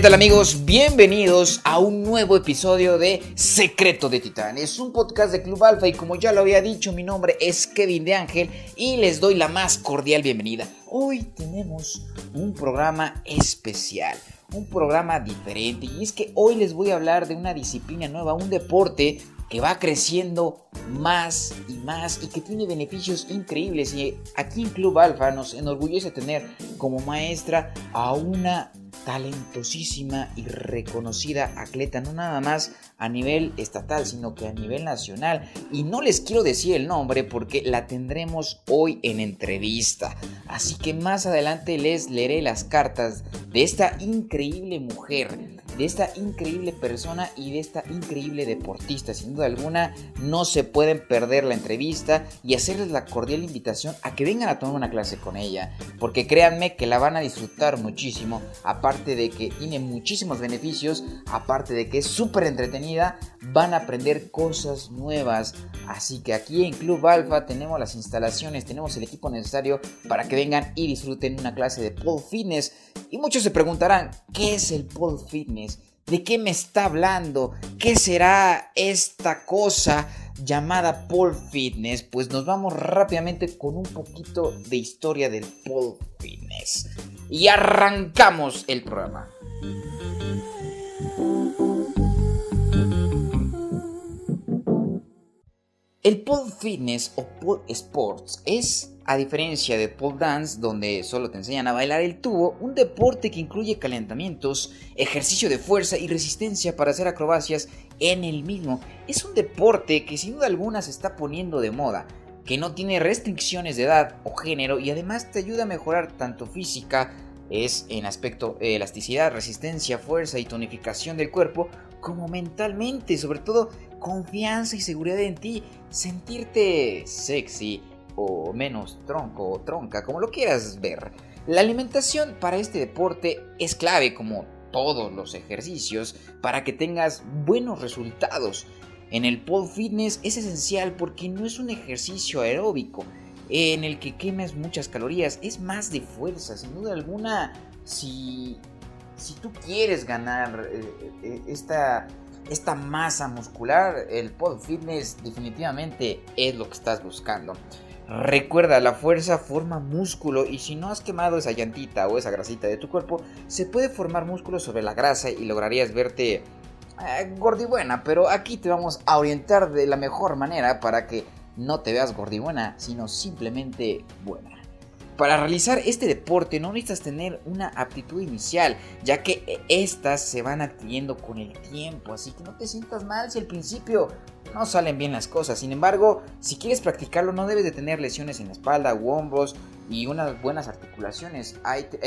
tal amigos? Bienvenidos a un nuevo episodio de Secreto de Titanes, un podcast de Club Alfa y como ya lo había dicho, mi nombre es Kevin de Ángel y les doy la más cordial bienvenida. Hoy tenemos un programa especial, un programa diferente y es que hoy les voy a hablar de una disciplina nueva, un deporte que va creciendo más y que tiene beneficios increíbles y aquí en Club Alfa nos enorgullece tener como maestra a una talentosísima y reconocida atleta, no nada más a nivel estatal, sino que a nivel nacional. Y no les quiero decir el nombre porque la tendremos hoy en entrevista. Así que más adelante les leeré las cartas de esta increíble mujer, de esta increíble persona y de esta increíble deportista. Sin duda alguna, no se pueden perder la entrevista y hacerles la cordial invitación a que vengan a tomar una clase con ella, porque créanme que la van a disfrutar muchísimo. Aparte de que tiene muchísimos beneficios, aparte de que es súper entretenida, van a aprender cosas nuevas. Así que aquí en Club Alfa tenemos las instalaciones, tenemos el equipo necesario para que vengan y disfruten una clase de pole fitness. Y muchos se preguntarán, ¿qué es el pole fitness? ¿De qué me está hablando? ¿Qué será esta cosa llamada pole fitness? Pues nos vamos rápidamente con un poquito de historia del pole fitness. Y arrancamos el programa. El pole fitness o pole sports es, a diferencia de pole dance, donde solo te enseñan a bailar el tubo, un deporte que incluye calentamientos, ejercicio de fuerza y resistencia para hacer acrobacias en el mismo. Es un deporte que sin duda alguna se está poniendo de moda, que no tiene restricciones de edad o género y además te ayuda a mejorar tanto física, es en aspecto elasticidad, resistencia, fuerza y tonificación del cuerpo, como mentalmente, sobre todo confianza y seguridad en ti, sentirte sexy o menos tronco o tronca, como lo quieras ver. La alimentación para este deporte es clave, como todos los ejercicios, para que tengas buenos resultados. En el pole fitness es esencial porque no es un ejercicio aeróbico en el que quemes muchas calorías, es más de fuerza, sin duda alguna. Si tú quieres ganar esta masa muscular, el pole fitness definitivamente es lo que estás buscando. Recuerda, la fuerza forma músculo y si no has quemado esa llantita o esa grasita de tu cuerpo, se puede formar músculo sobre la grasa y lograrías verte gordibuena, pero aquí te vamos a orientar de la mejor manera para que no te veas gordibuena, sino simplemente buena. Para realizar este deporte no necesitas tener una aptitud inicial, ya que estas se van adquiriendo con el tiempo, así que no te sientas mal si al principio no salen bien las cosas. Sin embargo, si quieres practicarlo no debes de tener lesiones en la espalda u hombros y unas buenas articulaciones.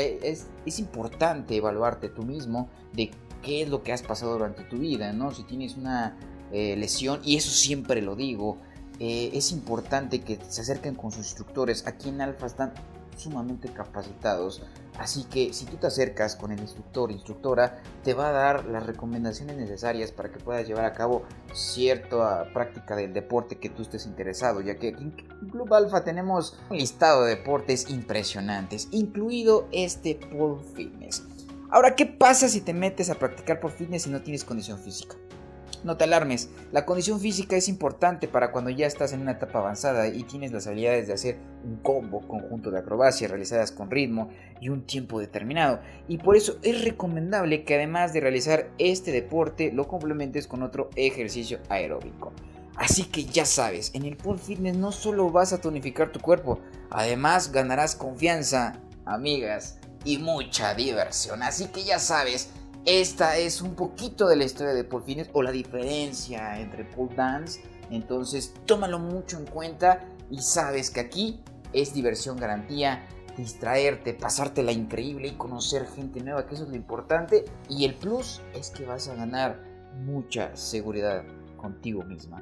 Es importante evaluarte tú mismo de qué es lo que has pasado durante tu vida, ¿no? Si tienes una lesión, y eso siempre lo digo, es importante que se acerquen con sus instructores. Aquí en Alfa están sumamente capacitados, así que si tú te acercas con el instructor o instructora, te va a dar las recomendaciones necesarias para que puedas llevar a cabo cierta práctica del deporte que tú estés interesado, ya que aquí en Club Alfa tenemos un listado de deportes impresionantes, incluido este pole fitness. Ahora, ¿qué pasa si te metes a practicar pole fitness y no tienes condición física? No te alarmes, la condición física es importante para cuando ya estás en una etapa avanzada y tienes las habilidades de hacer un combo, conjunto de acrobacias realizadas con ritmo y un tiempo determinado. Y por eso es recomendable que además de realizar este deporte lo complementes con otro ejercicio aeróbico. Así que ya sabes, en el pole fitness no solo vas a tonificar tu cuerpo, además ganarás confianza, amigas y mucha diversión. Así que ya sabes, esta es un poquito de la historia de pole fitness o la diferencia entre pole dance. Entonces tómalo mucho en cuenta y sabes que aquí es diversión garantía, distraerte, pasártela increíble y conocer gente nueva, que eso es lo importante. Y el plus es que vas a ganar mucha seguridad contigo misma.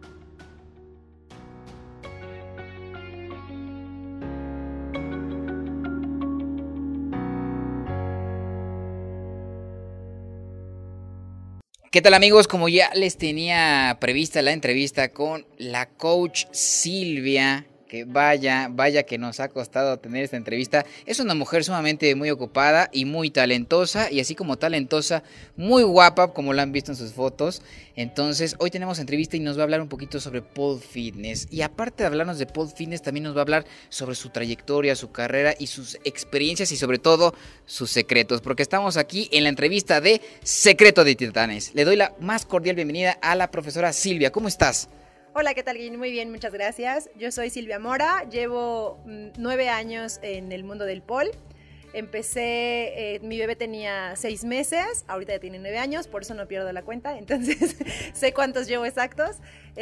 ¿Qué tal amigos? Como ya les tenía prevista la entrevista con la coach Silvia, que vaya que nos ha costado tener esta entrevista. Es una mujer sumamente muy ocupada y muy talentosa, y así como talentosa, muy guapa, como la han visto en sus fotos. Entonces, hoy tenemos entrevista y nos va a hablar un poquito sobre pole fitness. Y aparte de hablarnos de pole fitness, también nos va a hablar sobre su trayectoria, su carrera y sus experiencias y sobre todo sus secretos, porque estamos aquí en la entrevista de Secreto de Titanes. Le doy la más cordial bienvenida a la profesora Silvia. ¿Cómo estás? Hola, ¿qué tal, Guin? Muy bien, muchas gracias. Yo soy Silvia Mora, llevo 9 años en el mundo del pole. Empecé, mi bebé tenía 6 meses, ahorita ya tiene 9 años, por eso no pierdo la cuenta, entonces sé cuántos llevo exactos.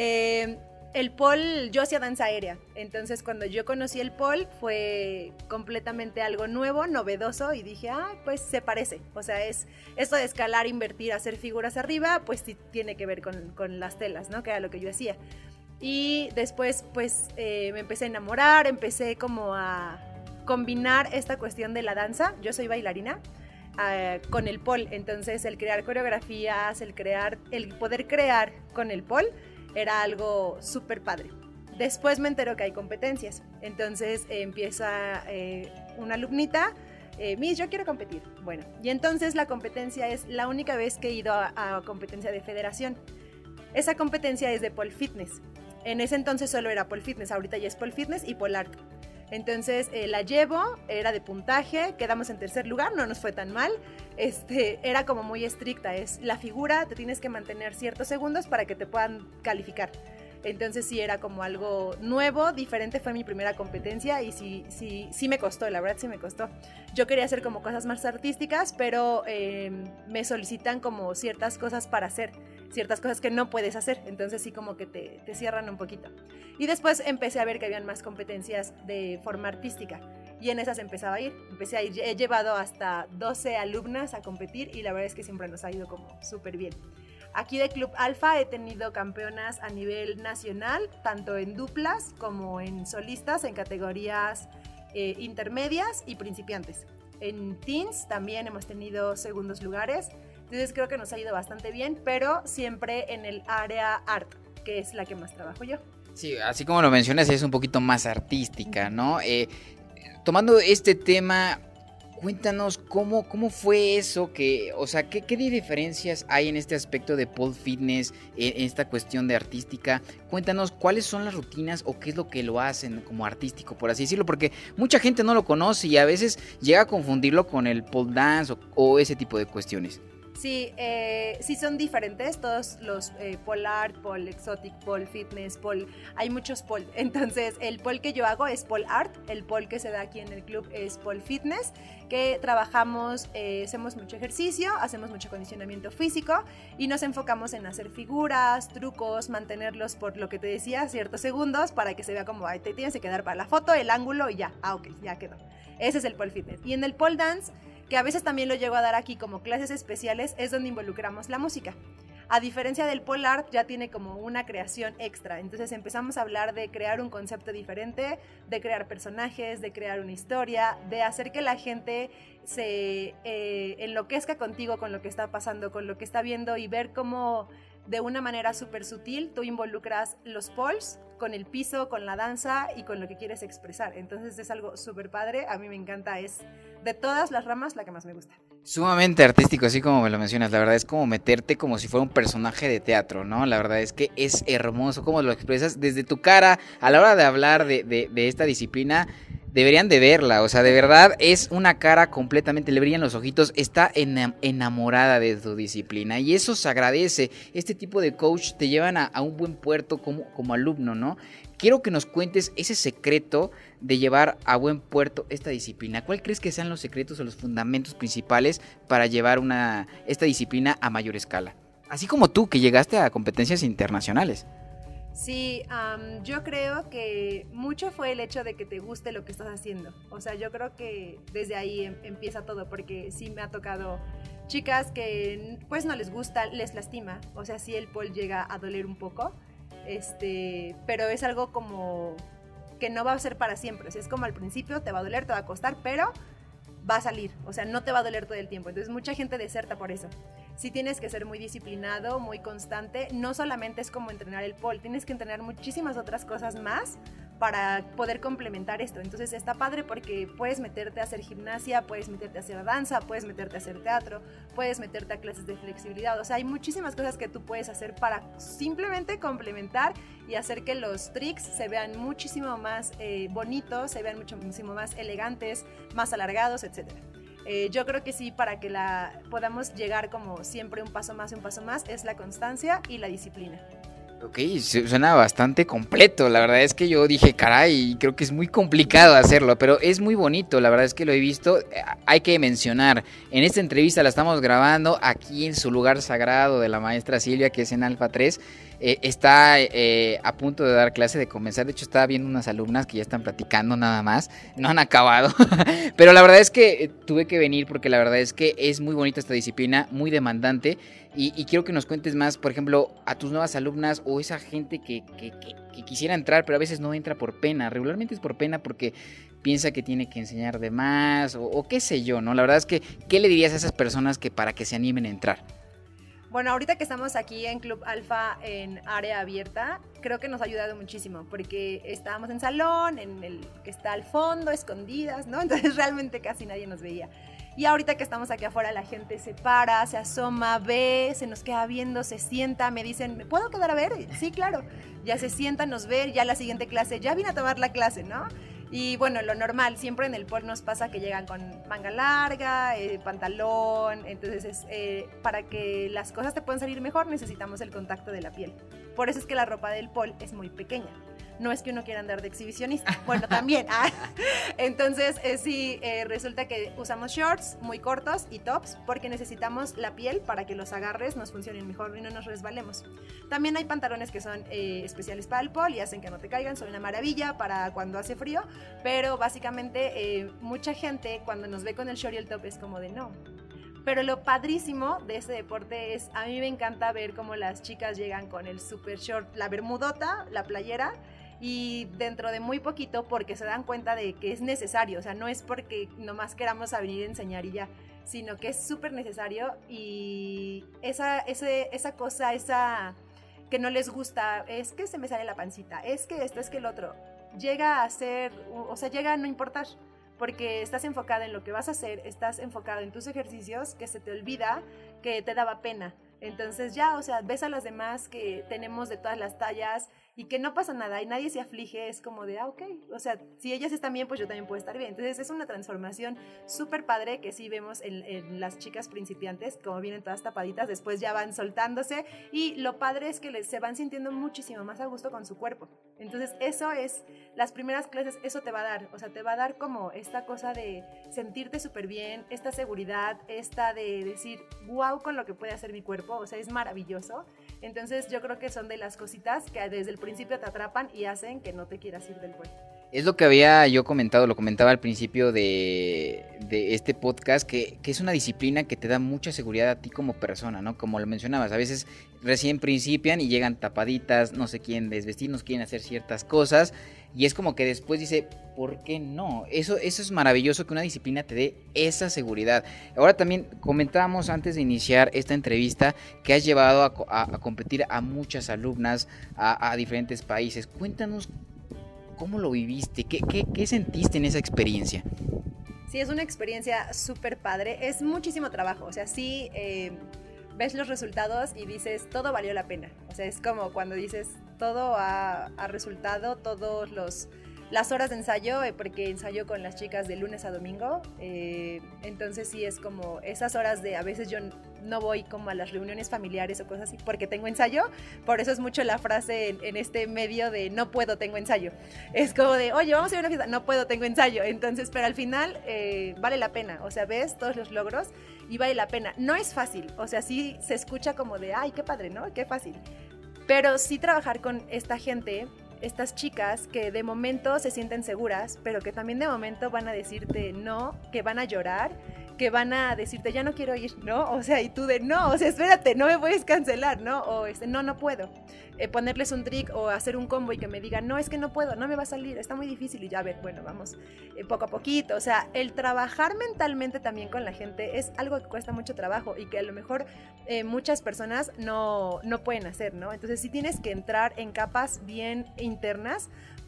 El pole, yo hacía danza aérea, entonces cuando yo conocí el pole fue completamente algo nuevo, novedoso, y dije, pues se parece, o sea, es esto de escalar, invertir, hacer figuras arriba, pues sí tiene que ver con las telas, ¿no? Que era lo que yo hacía. Y después, pues, me empecé a enamorar, empecé como a combinar esta cuestión de la danza, yo soy bailarina, con el pole, entonces el crear coreografías, el poder crear con el pole, era algo súper padre. Después me entero que hay competencias, entonces empieza una alumnita, Miss, yo quiero competir. Bueno, y entonces la competencia es la única vez que he ido a competencia de federación. Esa competencia es de pole fitness. En ese entonces solo era pole fitness, ahorita ya es pole fitness y pole art. Entonces la llevo, era de puntaje, quedamos en tercer lugar, no nos fue tan mal. Era como muy estricta, es la figura, te tienes que mantener ciertos segundos para que te puedan calificar. Entonces sí era como algo nuevo, diferente, fue mi primera competencia y sí me costó, la verdad sí me costó. Yo quería hacer como cosas más artísticas, pero me solicitan como ciertas cosas para hacer, ciertas cosas que no puedes hacer, entonces sí como que te cierran un poquito. Y después empecé a ver que habían más competencias de forma artística y en esas empezaba a ir, he llevado hasta 12 alumnas a competir y la verdad es que siempre nos ha ido como súper bien. Aquí de Club Alfa he tenido campeonas a nivel nacional, tanto en duplas como en solistas, en categorías intermedias y principiantes. En teens también hemos tenido segundos lugares, entonces creo que nos ha ido bastante bien, pero siempre en el área art, que es la que más trabajo yo. Sí, así como lo mencionas, es un poquito más artística, ¿no? Tomando este tema, cuéntanos cómo fue eso, o sea, ¿qué diferencias hay en este aspecto de pole fitness, en esta cuestión de artística? Cuéntanos cuáles son las rutinas o qué es lo que lo hacen como artístico, por así decirlo, porque mucha gente no lo conoce y a veces llega a confundirlo con el pole dance o ese tipo de cuestiones. Sí, sí son diferentes todos los pole art, pole exotic, pole fitness, pole, hay muchos pole. Entonces el pole que yo hago es pole art, el pole que se da aquí en el club es pole fitness, que trabajamos, hacemos mucho ejercicio, hacemos mucho condicionamiento físico y nos enfocamos en hacer figuras, trucos, mantenerlos por lo que te decía, ciertos segundos para que se vea como, te tienes que quedar para la foto, el ángulo y ya, ok, ya quedó. Ese es el pole fitness. Y en el pole dance, que a veces también lo llego a dar aquí como clases especiales, es donde involucramos la música. A diferencia del pole art, ya tiene como una creación extra. Entonces empezamos a hablar de crear un concepto diferente, de crear personajes, de crear una historia, de hacer que la gente se enloquezca contigo con lo que está pasando, con lo que está viendo y ver cómo de una manera súper sutil tú involucras los poles con el piso, con la danza y con lo que quieres expresar. Entonces es algo súper padre, a mí me encanta, es de todas las ramas la que más me gusta. Sumamente artístico, así como me lo mencionas, la verdad es como meterte como si fuera un personaje de teatro, ¿no? La verdad es que es hermoso cómo lo expresas desde tu cara a la hora de hablar de esta disciplina. Deberían de verla, o sea, de verdad es una cara completamente, le brillan los ojitos, está enamorada de tu disciplina y eso se agradece. Este tipo de coach te llevan a un buen puerto como alumno, ¿no? Quiero que nos cuentes ese secreto de llevar a buen puerto esta disciplina. ¿Cuál crees que sean los secretos o los fundamentos principales para llevar esta disciplina a mayor escala? Así como tú, que llegaste a competencias internacionales. Sí, yo creo que mucho fue el hecho de que te guste lo que estás haciendo. O sea, yo creo que desde ahí empieza todo, porque sí me ha tocado chicas que pues no les gusta, les lastima. O sea, sí el pole llega a doler un poco, pero es algo como que no va a ser para siempre. O sea, es como al principio te va a doler, te va a costar, pero va a salir, o sea, no te va a doler todo el tiempo. Entonces mucha gente deserta por eso. Sí tienes que ser muy disciplinado, muy constante. No solamente es como entrenar el pole, tienes que entrenar muchísimas otras cosas más para poder complementar esto. Entonces está padre porque puedes meterte a hacer gimnasia, puedes meterte a hacer danza, puedes meterte a hacer teatro, puedes meterte a clases de flexibilidad. O sea, hay muchísimas cosas que tú puedes hacer para simplemente complementar y hacer que los tricks se vean muchísimo más bonitos, se vean muchísimo más elegantes, más alargados, etc. Yo creo que sí, para que podamos llegar como siempre un paso más, es la constancia y la disciplina. Ok, suena bastante completo, la verdad es que yo dije, caray, creo que es muy complicado hacerlo, pero es muy bonito, la verdad es que lo he visto. Hay que mencionar, en esta entrevista la estamos grabando aquí en su lugar sagrado de la maestra Silvia, que es en Alfa 3, está a punto de dar clase, de comenzar. De hecho estaba viendo unas alumnas que ya están platicando nada más, no han acabado, pero la verdad es que tuve que venir porque la verdad es que es muy bonita esta disciplina, muy demandante. Y quiero que nos cuentes más, por ejemplo, a tus nuevas alumnas o esa gente que quisiera entrar, pero a veces no entra por pena. Regularmente es por pena porque piensa que tiene que enseñar de más o qué sé yo, ¿no? La verdad es que, ¿qué le dirías a esas personas que para que se animen a entrar? Bueno, ahorita que estamos aquí en Club Alfa en área abierta, creo que nos ha ayudado muchísimo porque estábamos en salón, en el que está al fondo, escondidas, ¿no? Entonces realmente casi nadie nos veía. Y ahorita que estamos aquí afuera, la gente se para, se asoma, ve, se nos queda viendo, se sienta, me dicen, ¿me puedo quedar a ver? Sí, claro. Ya se sientan, nos ven, ya la siguiente clase, ya vine a tomar la clase, ¿no? Y bueno, lo normal, siempre en el POL nos pasa que llegan con manga larga, pantalón, entonces para que las cosas te puedan salir mejor necesitamos el contacto de la piel. Por eso es que la ropa del POL es muy pequeña. No es que uno quiera andar de exhibicionista, bueno, también. Entonces, sí, resulta que usamos shorts muy cortos y tops porque necesitamos la piel para que los agarres nos funcionen mejor y no nos resbalemos. También hay pantalones que son especiales para el pol y hacen que no te caigan, son una maravilla para cuando hace frío, pero básicamente mucha gente cuando nos ve con el short y el top es como de no. Pero lo padrísimo de este deporte es, a mí me encanta ver cómo las chicas llegan con el super short, la bermudota, la playera, y dentro de muy poquito porque se dan cuenta de que es necesario, o sea, no es porque nomás queramos a venir a enseñar y ya, sino que es súper necesario y esa cosa, esa que no les gusta, es que se me sale la pancita, es que esto, es que el otro, llega a ser, o sea, llega a no importar, porque estás enfocada en lo que vas a hacer, estás enfocada en tus ejercicios, que se te olvida que te daba pena. Entonces ya, o sea, ves a las demás que tenemos de todas las tallas y que no pasa nada y nadie se aflige, es como de, ok, o sea, si ellas están bien, pues yo también puedo estar bien. Entonces es una transformación súper padre que sí vemos en las chicas principiantes, como vienen todas tapaditas, después ya van soltándose y lo padre es que se van sintiendo muchísimo más a gusto con su cuerpo. Entonces eso es, las primeras clases, eso te va a dar, o sea, te va a dar como esta cosa de sentirte súper bien, esta seguridad, esta de decir, wow, con lo que puede hacer mi cuerpo, o sea, es maravilloso. Entonces yo creo que son de las cositas que desde el principio te atrapan y hacen que no te quieras ir del pueblo. Es lo que había yo comentado, lo comentaba al principio de este podcast, que es una disciplina que te da mucha seguridad a ti como persona, ¿no? Como lo mencionabas, a veces recién principian y llegan tapaditas, no se quieren desvestir, no quieren hacer ciertas cosas, y es como que después dice, ¿por qué no? Eso es maravilloso, que una disciplina te dé esa seguridad. Ahora también comentábamos antes de iniciar esta entrevista que has llevado a competir a muchas alumnas a diferentes países. Cuéntanos, ¿cómo lo viviste? ¿Qué sentiste en esa experiencia? Sí, es una experiencia súper padre. Es muchísimo trabajo. O sea, sí ves los resultados y dices, todo valió la pena. O sea, es como cuando dices, todo ha resultado, las horas de ensayo, porque ensayo con las chicas de lunes a domingo. Entonces sí es como esas horas de, a veces yo no voy como a las reuniones familiares o cosas así porque tengo ensayo, por eso es mucho la frase en este medio de no puedo, tengo ensayo. Es como de, oye, vamos a ir a una fiesta, no puedo, tengo ensayo. Entonces, pero al final vale la pena, o sea, ves todos los logros y vale la pena. No es fácil, o sea, sí se escucha como de, ay, qué padre, ¿no? Qué fácil. Pero sí trabajar con esta gente, estas chicas que de momento se sienten seguras, pero que también de momento van a decirte no, que van a llorar, que van a decirte ya no quiero ir, ¿no? O sea, y tú de no, o sea, espérate, no me puedes cancelar, ¿no? O no puedo. Ponerles un trick o hacer un combo y que me digan, no, es que no puedo, no me va a salir, está muy difícil y ya, a ver, bueno, vamos poco a poquito. O sea, el trabajar mentalmente también con la gente es algo que cuesta mucho trabajo y que a lo mejor muchas personas no pueden hacer, ¿no? Entonces sí tienes que entrar en capas bien internas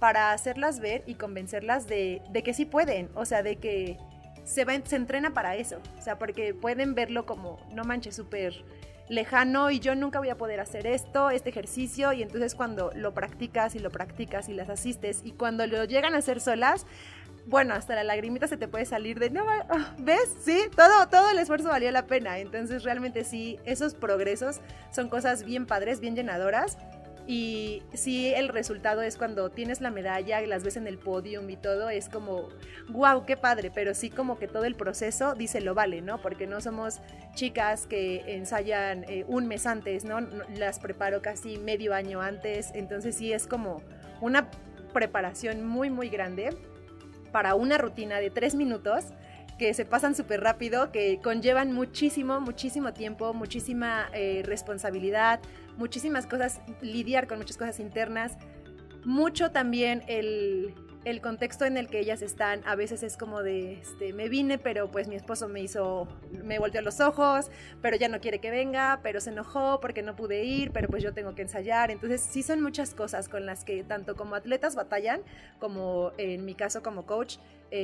para hacerlas ver y convencerlas de que sí pueden, o sea, de que se entrena para eso, o sea, porque pueden verlo como, no manches, súper lejano y yo nunca voy a poder hacer este ejercicio, y entonces cuando lo practicas y las asistes y cuando lo llegan a hacer solas, bueno, hasta la lagrimita se te puede salir de, no, ¿ves? Sí, todo el esfuerzo valió la pena. Entonces realmente sí, esos progresos son cosas bien padres, bien llenadoras. Y sí, el resultado es cuando tienes la medalla y las ves en el podium y todo, es como, wow, qué padre, pero sí como que todo el proceso dice lo vale, ¿no? Porque no somos chicas que ensayan un mes antes, ¿no? Las preparo casi medio año antes, entonces sí es como una preparación muy, muy grande para una rutina de 3 minutos que se pasan súper rápido, que conllevan muchísimo tiempo, muchísima responsabilidad, muchísimas cosas, lidiar con muchas cosas internas, mucho también el contexto en el que ellas están. A veces es como de, me vine, pero pues mi esposo me volteó los ojos, pero ya no quiere que venga, pero se enojó porque no pude ir, pero pues yo tengo que ensayar. Entonces sí son muchas cosas con las que tanto como atletas batallan, como en mi caso como coach,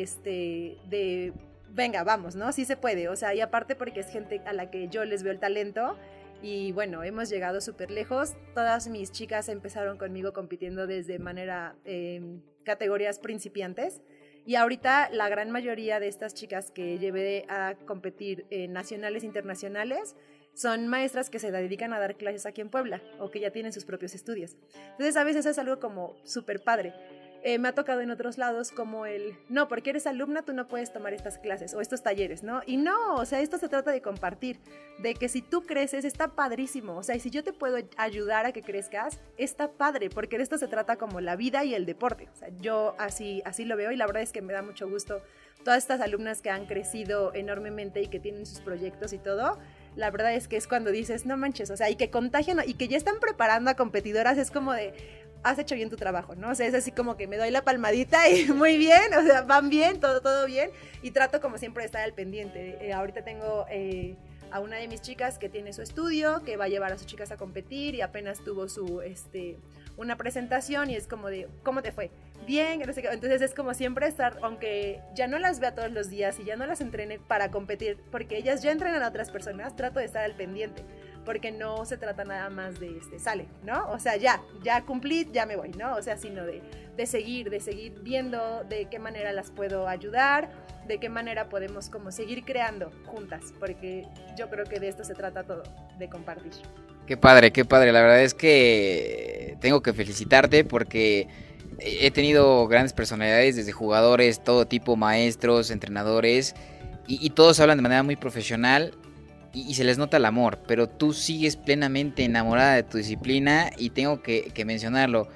de venga, vamos, ¿no? Sí se puede, o sea, y aparte porque es gente a la que yo les veo el talento. Y bueno, hemos llegado súper lejos. Todas mis chicas empezaron conmigo compitiendo desde categorías principiantes. Y ahorita la gran mayoría de estas chicas que llevé a competir en nacionales e internacionales son maestras que se dedican a dar clases aquí en Puebla o que ya tienen sus propios estudios. Entonces a veces es algo como súper padre. Me ha tocado en otros lados como no, porque eres alumna tú no puedes tomar estas clases o estos talleres, ¿no? Y no, o sea, esto se trata de compartir, de que si tú creces está padrísimo, o sea, y si yo te puedo ayudar a que crezcas, está padre, porque de esto se trata como la vida y el deporte. O sea, yo así lo veo y la verdad es que me da mucho gusto todas estas alumnas que han crecido enormemente y que tienen sus proyectos y todo. La verdad es que es cuando dices, no manches, o sea, y que contagian y que ya están preparando a competidoras, es como de, has hecho bien tu trabajo, ¿no? O sea, es así como que me doy la palmadita y muy bien, o sea, van bien, todo bien, y trato como siempre de estar al pendiente. Ahorita tengo a una de mis chicas que tiene su estudio, que va a llevar a sus chicas a competir y apenas tuvo una presentación y es como de, ¿cómo te fue? Bien, no sé qué. Entonces es como siempre estar, aunque ya no las vea todos los días y ya no las entrene para competir, porque ellas ya entrenan a otras personas, trato de estar al pendiente, porque no se trata nada más de sale, ¿no? O sea, ya cumplí, ya me voy, ¿no? O sea, sino de seguir viendo de qué manera las puedo ayudar, de qué manera podemos como seguir creando juntas, porque yo creo que de esto se trata todo, de compartir. Qué padre, la verdad es que tengo que felicitarte porque he tenido grandes personalidades, desde jugadores, todo tipo, maestros, entrenadores, y todos hablan de manera muy profesional y se les nota el amor, pero tú sigues plenamente enamorada de tu disciplina y tengo que mencionarlo.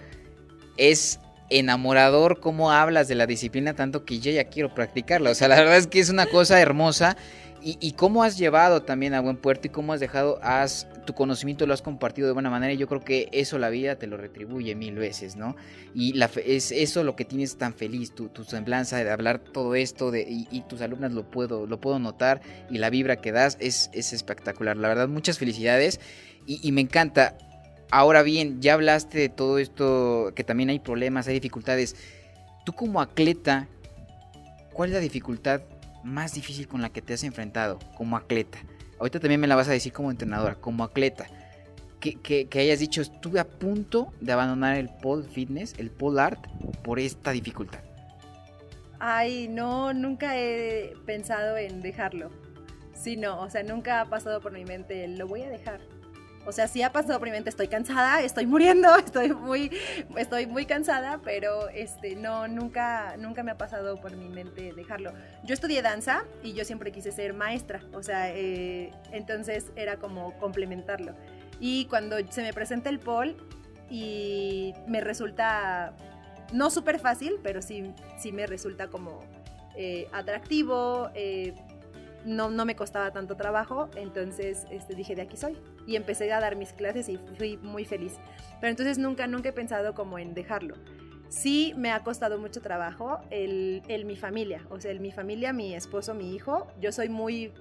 Es enamorador cómo hablas de la disciplina tanto que yo ya quiero practicarla. O sea, la verdad es que es una cosa hermosa. Y cómo has llevado también a buen puerto y cómo has dejado, tu conocimiento lo has compartido de buena manera, y yo creo que eso la vida te lo retribuye 1000 veces, ¿no? Y es eso lo que tienes tan feliz, tu semblanza de hablar todo esto, y tus alumnas lo puedo notar, y la vibra que das es espectacular. La verdad, muchas felicidades y me encanta. Ahora bien, ya hablaste de todo esto, que también hay problemas, hay dificultades. Tú como atleta, ¿cuál es la dificultad más difícil con la que te has enfrentado como atleta? Ahorita también me la vas a decir como entrenadora, como atleta. Que hayas dicho, estuve a punto de abandonar el pole fitness, el pole art, por esta dificultad. Ay, no, nunca he pensado en dejarlo. Sí, no, o sea, nunca ha pasado por mi mente, lo voy a dejar. O sea, sí ha pasado por mi mente, estoy cansada, estoy muriendo, estoy muy cansada, pero no, nunca me ha pasado por mi mente dejarlo. Yo estudié danza y yo siempre quise ser maestra, o sea, entonces era como complementarlo. Y cuando se me presenta el pole y me resulta, no súper fácil, pero sí me resulta como atractivo, no me costaba tanto trabajo, entonces dije, de aquí soy, y empecé a dar mis clases y fui muy feliz. Pero entonces nunca he pensado como en dejarlo. Sí me ha costado mucho trabajo mi familia, o sea, mi familia, mi esposo, mi hijo. Yo soy muy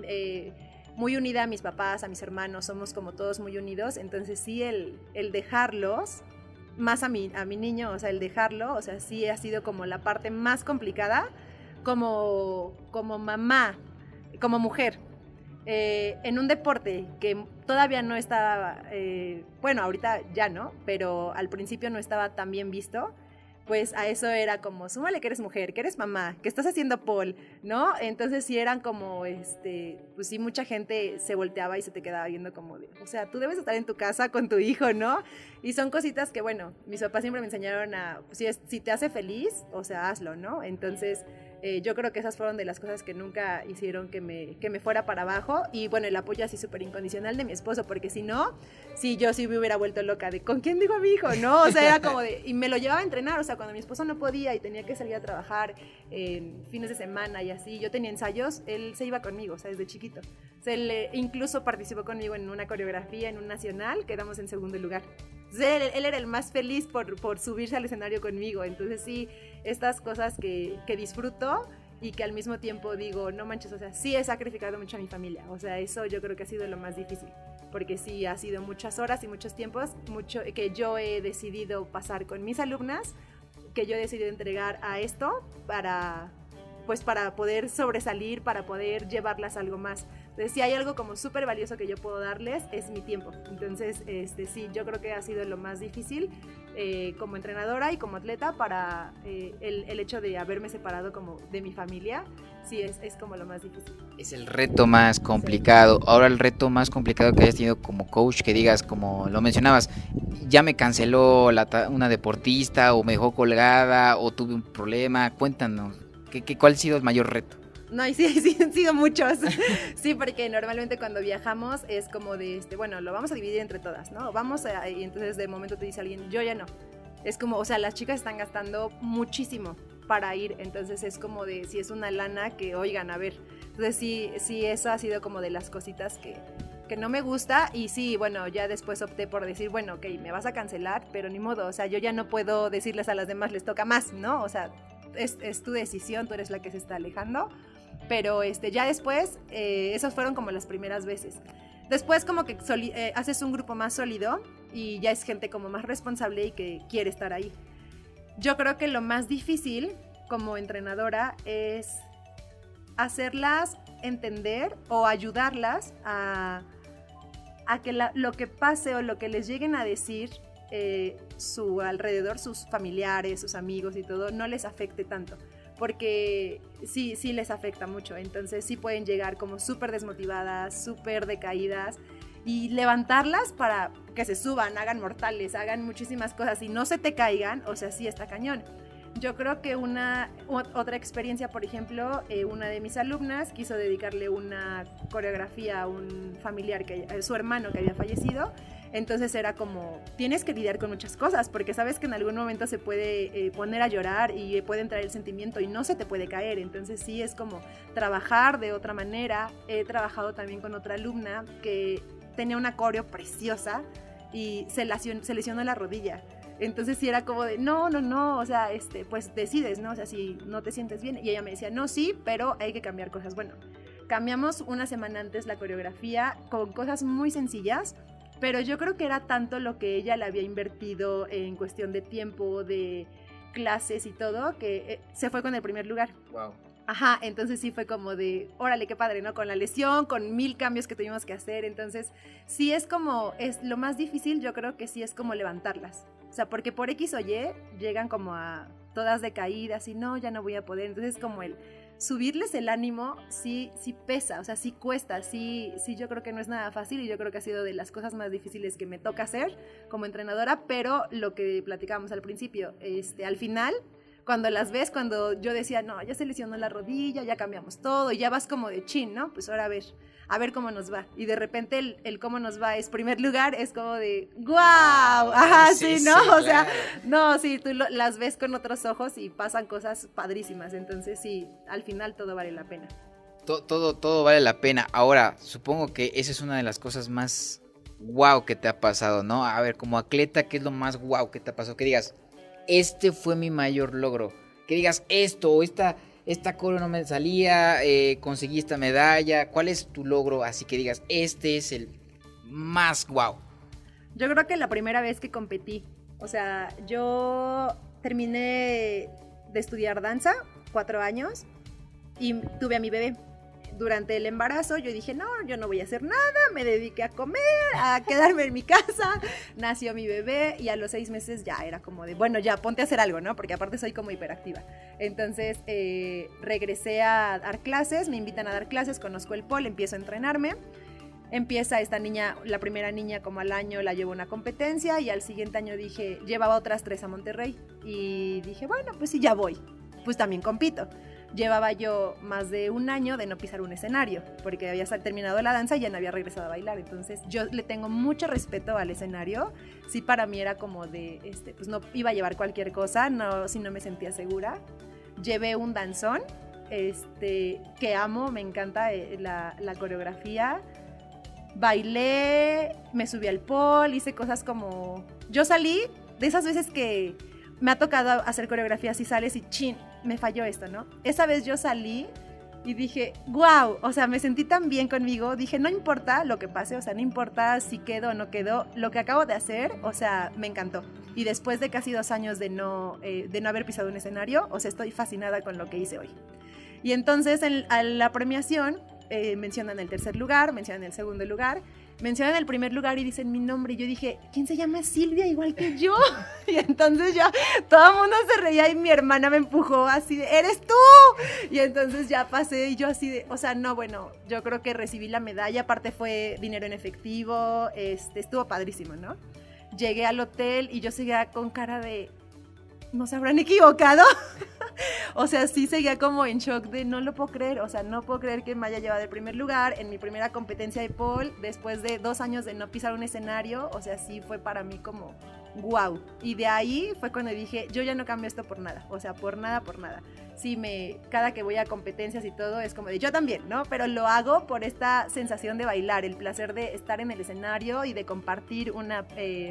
unida a mis papás, a mis hermanos, somos como todos muy unidos, entonces sí el dejarlos más a mi niño, o sea, el dejarlo, o sea, sí ha sido como la parte más complicada como mamá, como mujer. En un deporte que todavía no estaba, bueno, ahorita ya no, pero al principio no estaba tan bien visto, pues a eso era como, súmale que eres mujer, que eres mamá, que estás haciendo pole, ¿no? Entonces sí eran como, pues sí, mucha gente se volteaba y se te quedaba viendo como de, o sea, tú debes estar en tu casa con tu hijo, ¿no? Y son cositas que, bueno, mis papás siempre me enseñaron a, pues, si te hace feliz, o sea, hazlo, ¿no? Entonces yo creo que esas fueron de las cosas que nunca hicieron que me fuera para abajo. Y bueno, el apoyo así súper incondicional de mi esposo, porque si no, sí, yo sí me hubiera vuelto loca de ¿con quién digo a mi hijo? No, o sea, era como de, y me lo llevaba a entrenar, o sea, cuando mi esposo no podía y tenía que salir a trabajar en fines de semana y así, yo tenía ensayos, él se iba conmigo, o sea, desde chiquito. O sea, él incluso participó conmigo en una coreografía, en un nacional, quedamos en segundo lugar. Entonces, él era el más feliz por subirse al escenario conmigo. Entonces sí, estas cosas que disfruto y que al mismo tiempo digo, no manches, o sea, sí he sacrificado mucho a mi familia. O sea, eso yo creo que ha sido lo más difícil, porque sí ha sido muchas horas y muchos tiempos, mucho que yo he decidido pasar con mis alumnas, que yo he decidido entregar a esto para poder sobresalir, para poder llevarlas a algo más. Entonces, si hay algo como súper valioso que yo puedo darles, es mi tiempo. Entonces, sí, yo creo que ha sido lo más difícil como entrenadora y como atleta para el hecho de haberme separado como de mi familia. Sí, es como lo más difícil. Es el reto más complicado. Sí. Ahora el reto más complicado que hayas tenido como coach, que digas, como lo mencionabas, ya me canceló una deportista o me dejó colgada o tuve un problema. Cuéntanos, ¿cuál ha sido el mayor reto? No, y sí han sido muchos. Sí, porque normalmente cuando viajamos es como de, bueno, lo vamos a dividir entre todas, ¿no? Y entonces de momento te dice alguien, yo ya no. Es como, o sea, las chicas están gastando muchísimo para ir, entonces es como de, si es una lana que, oigan, a ver. Entonces sí, eso ha sido como de las cositas que no me gusta. Y sí, bueno, ya después opté por decir, bueno, ok, me vas a cancelar, pero ni modo, o sea, yo ya no puedo decirles a las demás, les toca más, ¿no? O sea, es tu decisión, tú eres la que se está alejando. Pero ya después, esas fueron como las primeras veces. Después como que haces un grupo más sólido y ya es gente como más responsable y que quiere estar ahí. Yo creo que lo más difícil como entrenadora es hacerlas entender o ayudarlas a que lo que pase o lo que les lleguen a decir su alrededor, sus familiares, sus amigos y todo, no les afecte tanto. Porque sí les afecta mucho, entonces sí pueden llegar como súper desmotivadas, súper decaídas, y levantarlas para que se suban, hagan mortales, hagan muchísimas cosas y no se te caigan, o sea, sí está cañón. Yo creo que otra experiencia, por ejemplo, una de mis alumnas quiso dedicarle una coreografía a un familiar, su hermano que había fallecido. Entonces era como, tienes que lidiar con muchas cosas, porque sabes que en algún momento se puede poner a llorar y puede entrar el sentimiento y no se te puede caer. Entonces sí es como trabajar de otra manera. He trabajado también con otra alumna que tenía una coreo preciosa y se lesionó la rodilla. Entonces sí era como de, no, o sea, pues decides, ¿no? O sea, si no te sientes bien. Y ella me decía, no, sí, pero hay que cambiar cosas. Bueno, cambiamos una semana antes la coreografía con cosas muy sencillas, pero yo creo que era tanto lo que ella le había invertido en cuestión de tiempo, de clases y todo, que se fue con el primer lugar. Wow. Ajá, entonces sí fue como de, órale, qué padre, ¿no? Con la lesión, con 1000 cambios que tuvimos que hacer, entonces sí es lo más difícil, yo creo que sí es como levantarlas. O sea, porque por X o Y llegan como a todas decaídas y no, ya no voy a poder, entonces como subirles el ánimo sí pesa, o sea, sí cuesta, sí yo creo que no es nada fácil y yo creo que ha sido de las cosas más difíciles que me toca hacer como entrenadora, pero lo que platicábamos al principio, al final, cuando las ves, cuando yo decía, no, ya se lesionó la rodilla, ya cambiamos todo y ya vas como de chin, ¿no? Pues ahora a ver cómo nos va. Y de repente el cómo nos va es primer lugar, es como de ¡guau! Ajá, sí, ¿no? Sí, o sea, claro. No, sí, tú las ves con otros ojos y pasan cosas padrísimas. Entonces sí, al final todo vale la pena. Todo vale la pena. Ahora, supongo que esa es una de las cosas más guau que te ha pasado, ¿no? A ver, como atleta, ¿qué es lo más guau que te ha pasado? Que digas, este fue mi mayor logro. Que digas esta coreo no me salía, conseguí esta medalla. ¿Cuál es tu logro? Así que digas, este es el más guau. Yo creo que la primera vez que competí O sea, yo terminé de estudiar danza, 4 años, y tuve a mi bebé. Durante el embarazo yo dije, no, yo no voy a hacer nada, me dediqué a comer, a quedarme en mi casa, nació mi bebé y a los 6 meses ya era como de, bueno, ya ponte a hacer algo, ¿no? Porque aparte soy como hiperactiva. Entonces regresé a dar clases, me invitan a dar clases, conozco el pole, empiezo a entrenarme. Empieza esta niña, la primera niña como al año la llevo a una competencia y al siguiente año dije, llevaba otras 3 a Monterrey y dije, bueno, pues sí, ya voy, pues también compito. Llevaba yo más de un año de no pisar un escenario, porque había terminado la danza y ya no había regresado a bailar. Entonces yo le tengo mucho respeto al escenario. Sí, para mí era como de, pues no iba a llevar cualquier cosa, no, si no me sentía segura. Llevé un danzón, que amo, me encanta la coreografía. Bailé, me subí al pole, hice cosas como... Yo salí de esas veces que me ha tocado hacer coreografías y sales y chin, me falló esto, ¿no? Esa vez yo salí y dije, wow, o sea, me sentí tan bien conmigo, dije, no importa lo que pase, o sea, no importa si quedo o no quedo, lo que acabo de hacer, o sea, me encantó. Y después de casi 2 años de no haber pisado un escenario, o sea, estoy fascinada con lo que hice hoy. Y entonces a la premiación mencionan el 3er lugar, mencionan el 2º lugar, mencionan el 1er lugar y dicen mi nombre y yo dije, ¿quién se llama Silvia igual que yo? Y entonces ya todo el mundo se reía y mi hermana me empujó así de, ¡eres tú! Y entonces ya pasé y yo así de, o sea, no, bueno, yo creo que recibí la medalla, aparte fue dinero en efectivo, estuvo padrísimo, ¿no? Llegué al hotel y yo seguía con cara de, ¿no se habrán equivocado? O sea, sí seguía como en shock de no lo puedo creer, o sea, no puedo creer que me haya llevado el primer lugar en mi primera competencia de pole, después de 2 años de no pisar un escenario, o sea, sí fue para mí como wow. Y de ahí fue cuando dije, yo ya no cambio esto por nada, o sea, por nada, por nada. Sí, cada que voy a competencias y todo es como de yo también, ¿no? Pero lo hago por esta sensación de bailar, el placer de estar en el escenario y de compartir una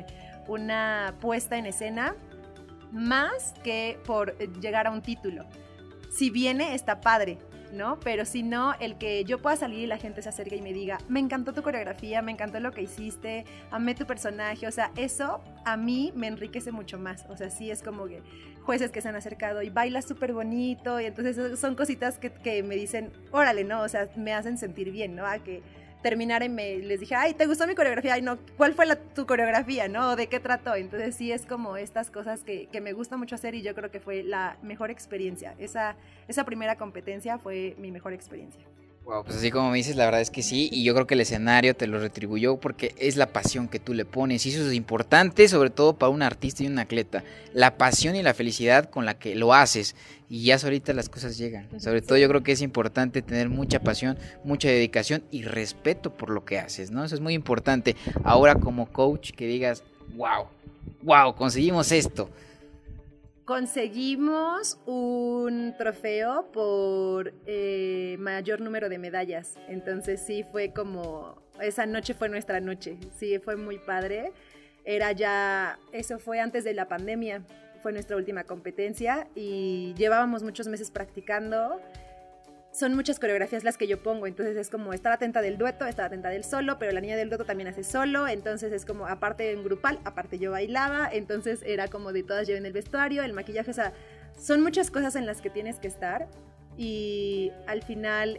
puesta en escena, más que por llegar a un título. Si viene, está padre, ¿no? Pero si no, el que yo pueda salir y la gente se acerque y me diga, me encantó tu coreografía, me encantó lo que hiciste, amé tu personaje, o sea, eso a mí me enriquece mucho más. O sea, sí es como que jueces que se han acercado y bailas súper bonito, y entonces son cositas que me dicen, órale, ¿no? O sea, me hacen sentir bien, ¿no? A que terminar y les dije, ay, ¿te gustó mi coreografía? Ay, no, ¿cuál fue tu coreografía, no? ¿De qué trató? Entonces sí es como estas cosas que me gusta mucho hacer y yo creo que fue la mejor experiencia. Esa primera competencia fue mi mejor experiencia. Wow, pues así como me dices, la verdad es que sí, y yo creo que el escenario te lo retribuyó porque es la pasión que tú le pones, y eso es importante, sobre todo para un artista y un atleta, la pasión y la felicidad con la que lo haces, y ya ahorita las cosas llegan. Sobre todo yo creo que es importante tener mucha pasión, mucha dedicación y respeto por lo que haces, ¿no? Eso es muy importante. Ahora como coach que digas, wow, conseguimos esto. Conseguimos un trofeo por mayor número de medallas. Entonces sí fue como, esa noche fue nuestra noche. Sí, fue muy padre. Eso fue antes de la pandemia. Fue nuestra última competencia y llevábamos muchos meses practicando. Son muchas coreografías las que yo pongo, entonces es como estar atenta del dueto, estar atenta del solo, pero la niña del dueto también hace solo, entonces es como aparte en grupal, aparte yo bailaba, entonces era como de todas lleven el vestuario, el maquillaje, o sea, son muchas cosas en las que tienes que estar y al final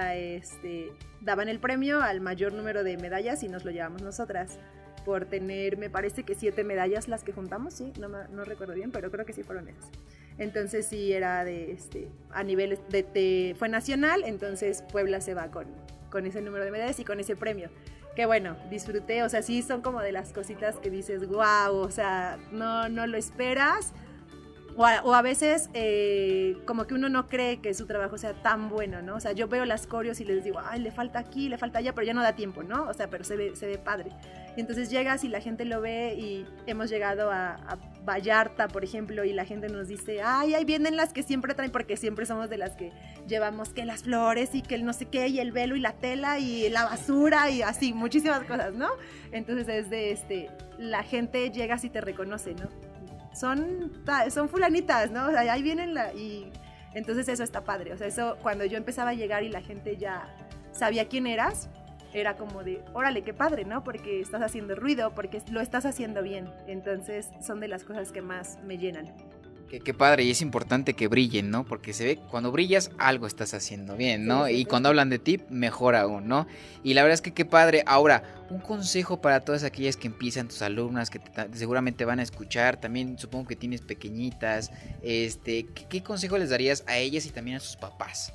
daban el premio al mayor número de medallas y nos lo llevamos nosotras por tener, me parece que 7 medallas las que juntamos, sí, no recuerdo bien, pero creo que sí fueron esas. Entonces sí era a nivel fue nacional, entonces Puebla se va con ese número de medallas y con ese premio. Que bueno, disfruté, o sea, sí son como de las cositas que dices, wow, o sea, no lo esperas. O a veces como que uno no cree que su trabajo sea tan bueno, ¿no? O sea, yo veo las coreos y les digo, ay, le falta aquí, le falta allá, pero ya no da tiempo, ¿no? O sea, pero se ve padre. Y entonces llegas y la gente lo ve y hemos llegado a Vallarta, por ejemplo, y la gente nos dice, ay, ahí vienen las que siempre traen, porque siempre somos de las que llevamos que las flores y que el no sé qué, y el velo y la tela y la basura y así, muchísimas cosas, ¿no? Entonces es la gente llega y te reconoce, ¿no? Son fulanitas, ¿no? O sea, ahí vienen y entonces eso está padre. O sea, eso cuando yo empezaba a llegar y la gente ya sabía quién eras, era como de, órale, qué padre, ¿no? Porque estás haciendo ruido, porque lo estás haciendo bien. Entonces son de las cosas que más me llenan. Qué padre, y es importante que brillen, ¿no? Porque se ve, cuando brillas, algo estás haciendo bien, ¿no? Sí, Y sí, cuando sí. hablan de ti, mejor aún, ¿no? Y la verdad es que qué padre. Ahora, un consejo para todas aquellas que empiezan, tus alumnas, que seguramente van a escuchar, también supongo que tienes pequeñitas, ¿qué consejo les darías a ellas y también a sus papás?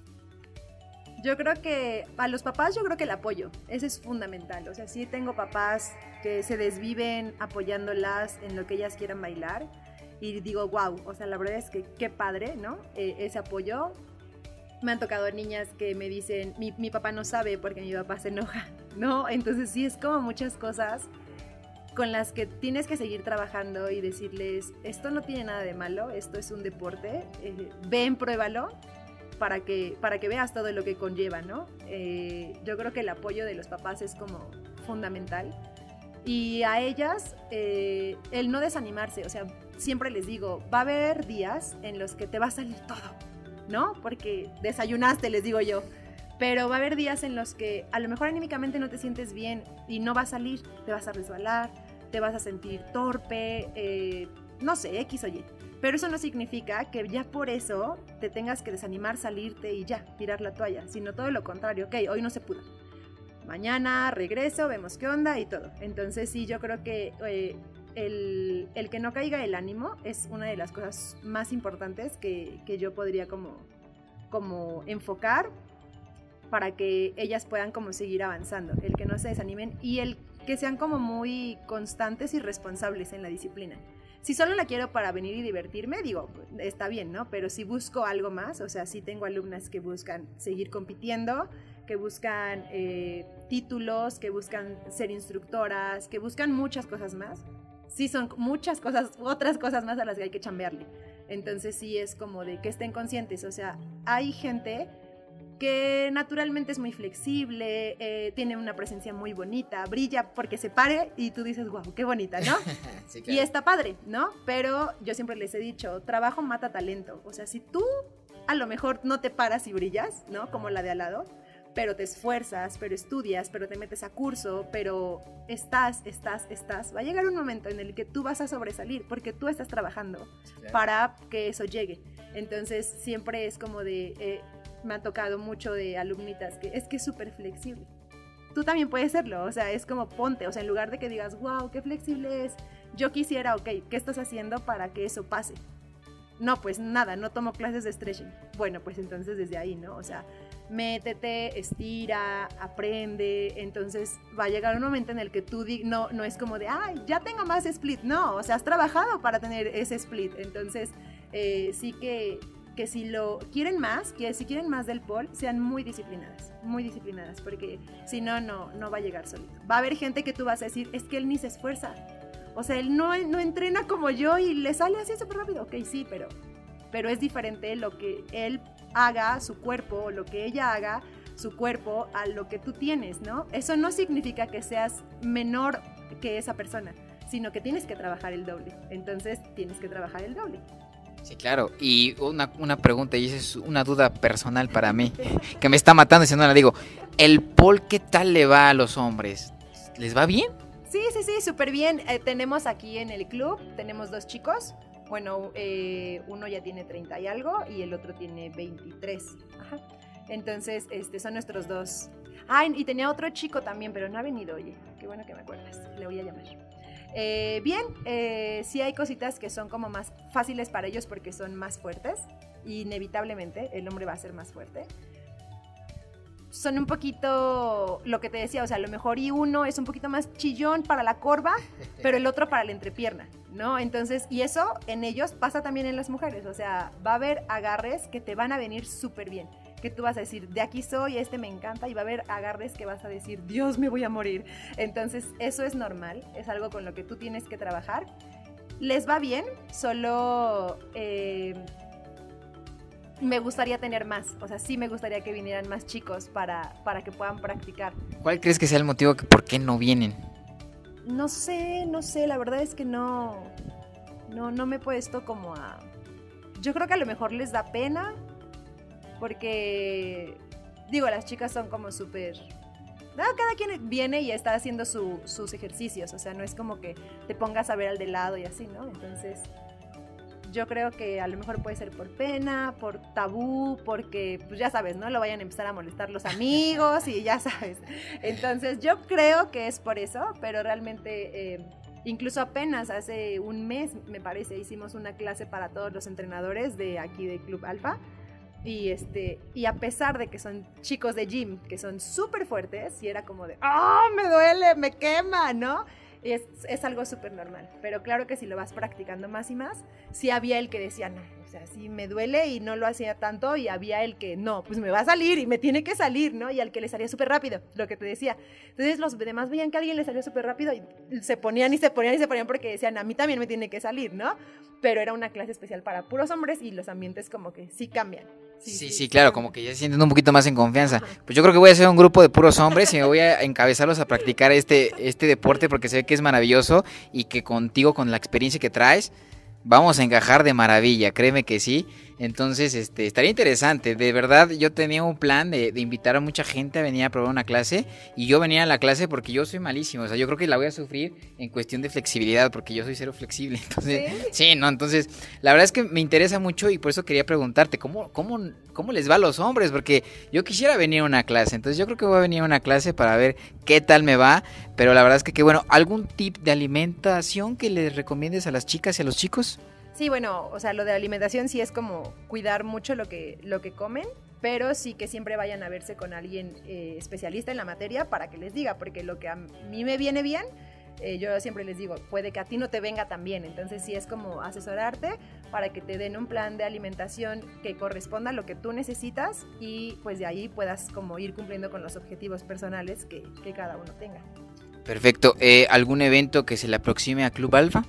Yo creo que a los papás, yo creo que el apoyo, ese es fundamental. O sea, sí tengo papás que se desviven apoyándolas en lo que ellas quieran bailar. Y digo, wow, o sea, la verdad es que qué padre, ¿no? Ese apoyo. Me han tocado niñas que me dicen, mi papá no sabe porque mi papá se enoja, ¿no? Entonces sí es como muchas cosas con las que tienes que seguir trabajando y decirles, esto no tiene nada de malo, esto es un deporte, ven, pruébalo para que veas todo lo que conlleva, ¿no? Yo creo que el apoyo de los papás es como fundamental. Y a ellas, el no desanimarse, o sea, siempre les digo, va a haber días en los que te va a salir todo, ¿no? Porque desayunaste, les digo yo. Pero va a haber días en los que a lo mejor anímicamente no te sientes bien y no va a salir, te vas a resbalar, te vas a sentir torpe, no sé, X o Y. Pero eso no significa que ya por eso te tengas que desanimar, salirte y ya, tirar la toalla, sino todo lo contrario. Ok, hoy no se pudo. Mañana regreso, vemos qué onda y todo. Entonces sí, yo creo que el que no caiga el ánimo es una de las cosas más importantes que yo podría como enfocar para que ellas puedan como seguir avanzando. El que no se desanimen y el que sean como muy constantes y responsables en la disciplina. Si solo la quiero para venir y divertirme, digo, está bien, ¿no? Pero si busco algo más, o sea, sí tengo alumnas que buscan seguir compitiendo, que buscan títulos, que buscan ser instructoras, que buscan muchas cosas más. Sí, son muchas cosas, otras cosas más a las que hay que chambearle. Entonces sí es como de que estén conscientes. O sea, hay gente que naturalmente es muy flexible, tiene una presencia muy bonita, brilla porque se pare y tú dices, wow, qué bonita, ¿no? Sí, claro. Y está padre, ¿no? Pero yo siempre les he dicho, trabajo mata talento. O sea, si tú a lo mejor no te paras y brillas, ¿no? Como la de al lado, pero te esfuerzas, pero estudias, pero te metes a curso, pero estás, va a llegar un momento en el que tú vas a sobresalir porque tú estás trabajando, claro, para que eso llegue. Entonces siempre es como de, me ha tocado mucho de alumnitas que es súper flexible. Tú también puedes serlo, o sea, es como ponte, o sea, en lugar de que digas, wow, qué flexible es, yo quisiera, ok, ¿qué estás haciendo para que eso pase? No, pues nada, no tomo clases de stretching. Bueno, pues entonces desde ahí, ¿no? O sea, métete, estira, aprende. Entonces va a llegar un momento en el que tú no es como de, ay, ya tengo más split. No, o sea, has trabajado para tener ese split. Entonces, sí que si lo quieren más, que si quieren más del pole, sean muy disciplinadas, porque si no, no va a llegar solito. Va a haber gente que tú vas a decir, es que él ni se esfuerza. O sea, él no entrena como yo y le sale así súper rápido. Ok, sí, pero es diferente lo que él haga, su cuerpo, lo que ella haga, su cuerpo, a lo que tú tienes, ¿no? Eso no significa que seas menor que esa persona, sino que tienes que trabajar el doble. Entonces, tienes que trabajar el doble. Sí, claro. Y una pregunta, y esa es una duda personal para mí, que me está matando y si no la digo. ¿El pole qué tal le va a los hombres? ¿Les va bien? Sí, súper bien. Tenemos aquí en el club, tenemos 2 chicos. Bueno, uno ya tiene 30 y algo y el otro tiene 23. Ajá. Entonces, son nuestros 2. Ah, y tenía otro chico también, pero no ha venido, oye. Qué bueno que me acuerdas. Le voy a llamar. Bien, sí hay cositas que son como más fáciles para ellos porque son más fuertes. Inevitablemente, el hombre va a ser más fuerte. Son un poquito, lo que te decía, o sea, a lo mejor y uno es un poquito más chillón para la corva, pero el otro para la entrepierna, ¿no? Entonces, y eso en ellos pasa también en las mujeres, o sea, va a haber agarres que te van a venir súper bien, que tú vas a decir, de aquí soy, me encanta, y va a haber agarres que vas a decir, Dios, me voy a morir. Entonces, eso es normal, es algo con lo que tú tienes que trabajar. Les va bien, solo... me gustaría tener más, o sea, sí me gustaría que vinieran más chicos para que puedan practicar. ¿Cuál crees que sea el motivo por qué no vienen? No sé, la verdad es que no me he puesto como a... Yo creo que a lo mejor les da pena, porque, digo, las chicas son como súper No, cada quien viene y está haciendo sus ejercicios, o sea, no es como que te pongas a ver al de lado y así, ¿no? Entonces, yo creo que a lo mejor puede ser por pena, por tabú, porque, pues ya sabes, ¿no? Lo vayan a empezar a molestar los amigos y ya sabes. Entonces, yo creo que es por eso, pero realmente, incluso apenas hace un mes, me parece, hicimos una clase para todos los entrenadores de aquí de Club Alfa. Y a pesar de que son chicos de gym, que son súper fuertes, y era como de, ¡ah, me duele, me quema!, ¿no? Es algo súper normal. Pero claro que si lo vas practicando más y más, sí había el que decía, no, o sea, sí me duele y no lo hacía tanto, y había el que, no, pues me va a salir y me tiene que salir, ¿no? Y al que le salía súper rápido, lo que te decía. Entonces los demás veían que a alguien le salió súper rápido y se ponían porque decían, a mí también me tiene que salir, ¿no? Pero era una clase especial para puros hombres y los ambientes como que sí cambian. Sí, claro, como que ya se sienten un poquito más en confianza. Pues yo creo que voy a hacer un grupo de puros hombres y me voy a encabezarlos a practicar este deporte, porque sé que es maravilloso y que contigo, con la experiencia que traes, vamos a encajar de maravilla, créeme que sí. Entonces, estaría interesante. De verdad, yo tenía un plan de invitar a mucha gente a venir a probar una clase, y yo venía a la clase porque yo soy malísimo. O sea, yo creo que la voy a sufrir en cuestión de flexibilidad, porque yo soy cero flexible. Entonces, sí, no, entonces, la verdad es que me interesa mucho, y por eso quería preguntarte, ¿cómo les va a los hombres? Porque yo quisiera venir a una clase. Entonces, yo creo que voy a venir a una clase para ver qué tal me va. Pero la verdad es que bueno, ¿algún tip de alimentación que les recomiendes a las chicas y a los chicos? Sí, bueno, o sea, lo de alimentación sí es como cuidar mucho lo que comen, pero sí que siempre vayan a verse con alguien especialista en la materia para que les diga, porque lo que a mí me viene bien, yo siempre les digo, puede que a ti no te venga tan bien. Entonces sí es como asesorarte para que te den un plan de alimentación que corresponda a lo que tú necesitas, y pues de ahí puedas como ir cumpliendo con los objetivos personales que cada uno tenga. Perfecto. ¿Algún evento que se le aproxime a Club Alfa?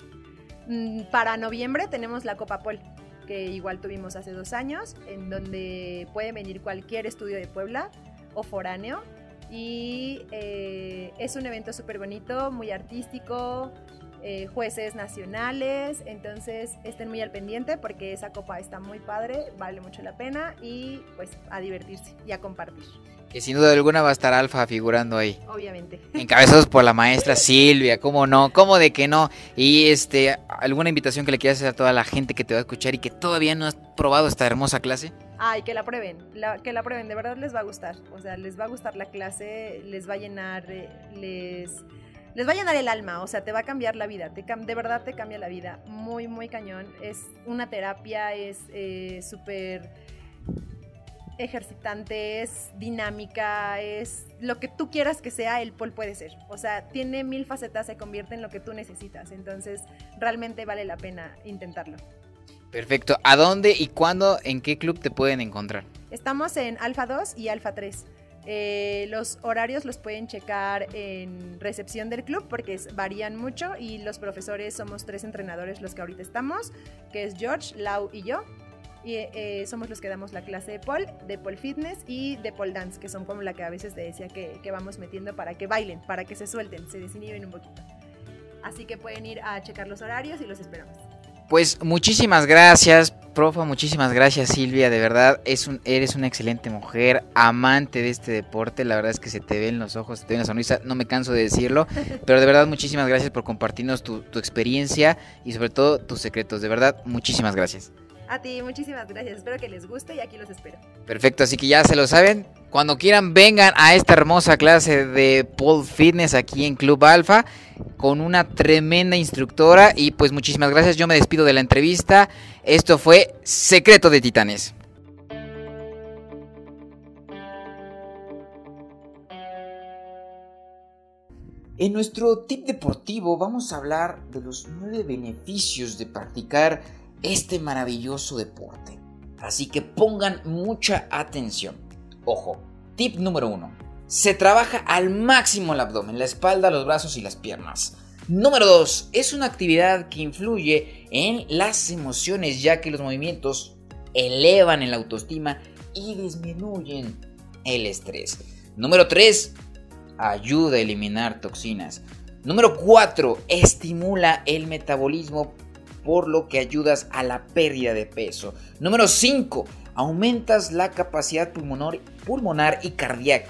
Para noviembre tenemos la Copa Pol, que igual tuvimos hace 2 años, en donde puede venir cualquier estudio de Puebla o foráneo, y es un evento súper bonito, muy artístico, jueces nacionales. Entonces estén muy al pendiente porque esa copa está muy padre, vale mucho la pena, y pues a divertirse y a compartir. Que sin duda alguna va a estar Alfa figurando ahí. Obviamente. Encabezados por la maestra Silvia, ¿cómo no? ¿Cómo de que no? Y ¿alguna invitación que le quieras hacer a toda la gente que te va a escuchar y que todavía no has probado esta hermosa clase? Ay, que la prueben, de verdad les va a gustar. O sea, les va a gustar la clase, les va a llenar, les va a llenar el alma, o sea, te va a cambiar la vida, de verdad te cambia la vida, muy, muy cañón. Es una terapia, es súper ejercitante, es dinámica, es lo que tú quieras que sea, el pol puede ser. O sea, tiene 1000 facetas, se convierte en lo que tú necesitas. Entonces, realmente vale la pena intentarlo. Perfecto. ¿A dónde y cuándo, en qué club te pueden encontrar? Estamos en Alfa 2 y Alfa 3. Los horarios los pueden checar en recepción del club porque varían mucho, y los profesores somos 3 entrenadores los que ahorita estamos, que es George, Lau y yo. Y somos los que damos la clase de pole fitness y de pole dance, que son como la que a veces te decía que vamos metiendo para que bailen, para que se suelten, se desinhiben un poquito. Así que pueden ir a checar los horarios y los esperamos. Pues muchísimas gracias, profa, muchísimas gracias, Silvia, de verdad eres una excelente mujer, amante de este deporte. La verdad es que se te ve en los ojos, se te ve en la sonrisa, no me canso de decirlo, pero de verdad muchísimas gracias por compartirnos tu experiencia y sobre todo tus secretos. De verdad, muchísimas gracias. A ti, muchísimas gracias. Espero que les guste y aquí los espero. Perfecto, así que ya se lo saben. Cuando quieran, vengan a esta hermosa clase de pole fitness aquí en Club Alfa con una tremenda instructora. Y pues muchísimas gracias. Yo me despido de la entrevista. Esto fue Secreto de Titanes. En nuestro tip deportivo vamos a hablar de los 9 beneficios de practicar este maravilloso deporte. Así que pongan mucha atención. Ojo, tip número 1. Se trabaja al máximo el abdomen, la espalda, los brazos y las piernas. Número 2. Es una actividad que influye en las emociones, ya que los movimientos elevan la autoestima y disminuyen el estrés. Número 3. Ayuda a eliminar toxinas. Número 4. Estimula el metabolismo, por lo que ayudas a la pérdida de peso. Número 5. Aumentas la capacidad pulmonar y cardíaca.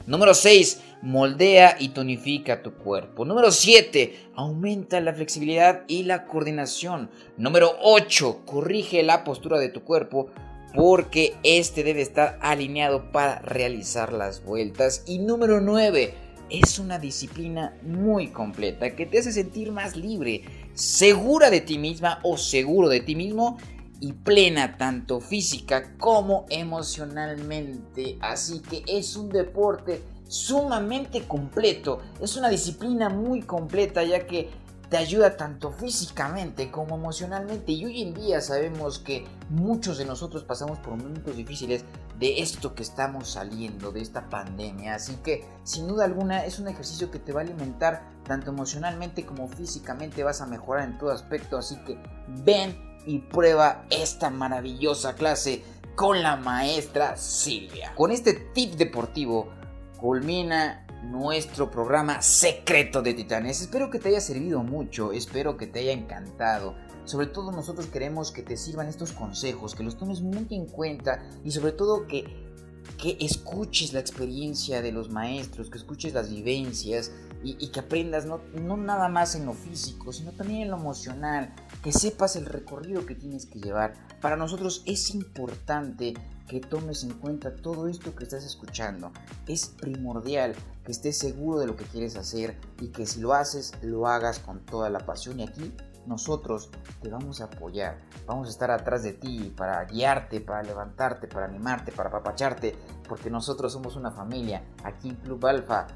Número 6, moldea y tonifica tu cuerpo. Número 7, aumenta la flexibilidad y la coordinación. Número 8, corrige la postura de tu cuerpo porque este debe estar alineado para realizar las vueltas. Y número 9, es una disciplina muy completa que te hace sentir más libre, segura de ti misma o seguro de ti mismo y plena tanto física como emocionalmente. Así que es un deporte sumamente completo, es una disciplina muy completa ya que te ayuda tanto físicamente como emocionalmente, y hoy en día sabemos que muchos de nosotros pasamos por momentos difíciles de esto que estamos saliendo, de esta pandemia, así que sin duda alguna es un ejercicio que te va a alimentar tanto emocionalmente como físicamente, vas a mejorar en todo aspecto, así que ven y prueba esta maravillosa clase con la maestra Silvia. Con este tip deportivo culmina nuestro programa Secreto de Titanes. Espero que te haya servido mucho, espero que te haya encantado. Sobre todo nosotros queremos que te sirvan estos consejos, que los tomes muy en cuenta y sobre todo que escuches la experiencia de los maestros, que escuches las vivencias y que aprendas no nada más en lo físico, sino también en lo emocional, que sepas el recorrido que tienes que llevar. Para nosotros es importante que tomes en cuenta todo esto que estás escuchando. Es primordial que estés seguro de lo que quieres hacer y que si lo haces, lo hagas con toda la pasión. Y aquí nosotros te vamos a apoyar, vamos a estar atrás de ti para guiarte, para levantarte, para animarte, para apapacharte, porque nosotros somos una familia. Aquí en Club Alfa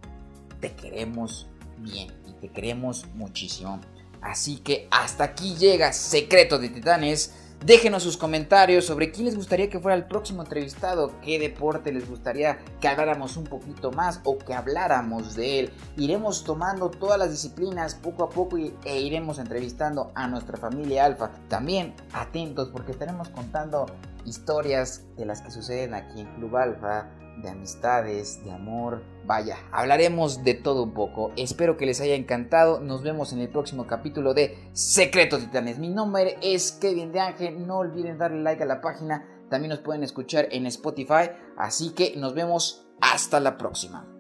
te queremos bien y te queremos muchísimo. Así que hasta aquí llega Secretos de Titanes. Déjenos sus comentarios sobre quién les gustaría que fuera el próximo entrevistado, qué deporte les gustaría que habláramos un poquito más o que habláramos de él. Iremos tomando todas las disciplinas poco a poco e iremos entrevistando a nuestra familia Alfa. También atentos porque estaremos contando historias de las que suceden aquí en Club Alfa, de amistades, de amor. Vaya, hablaremos de todo un poco. Espero que les haya encantado. Nos vemos en el próximo capítulo de Secretos Titanes. Mi nombre es Kevin de Ángel. No olviden darle like a la página. También nos pueden escuchar en Spotify. Así que nos vemos hasta la próxima.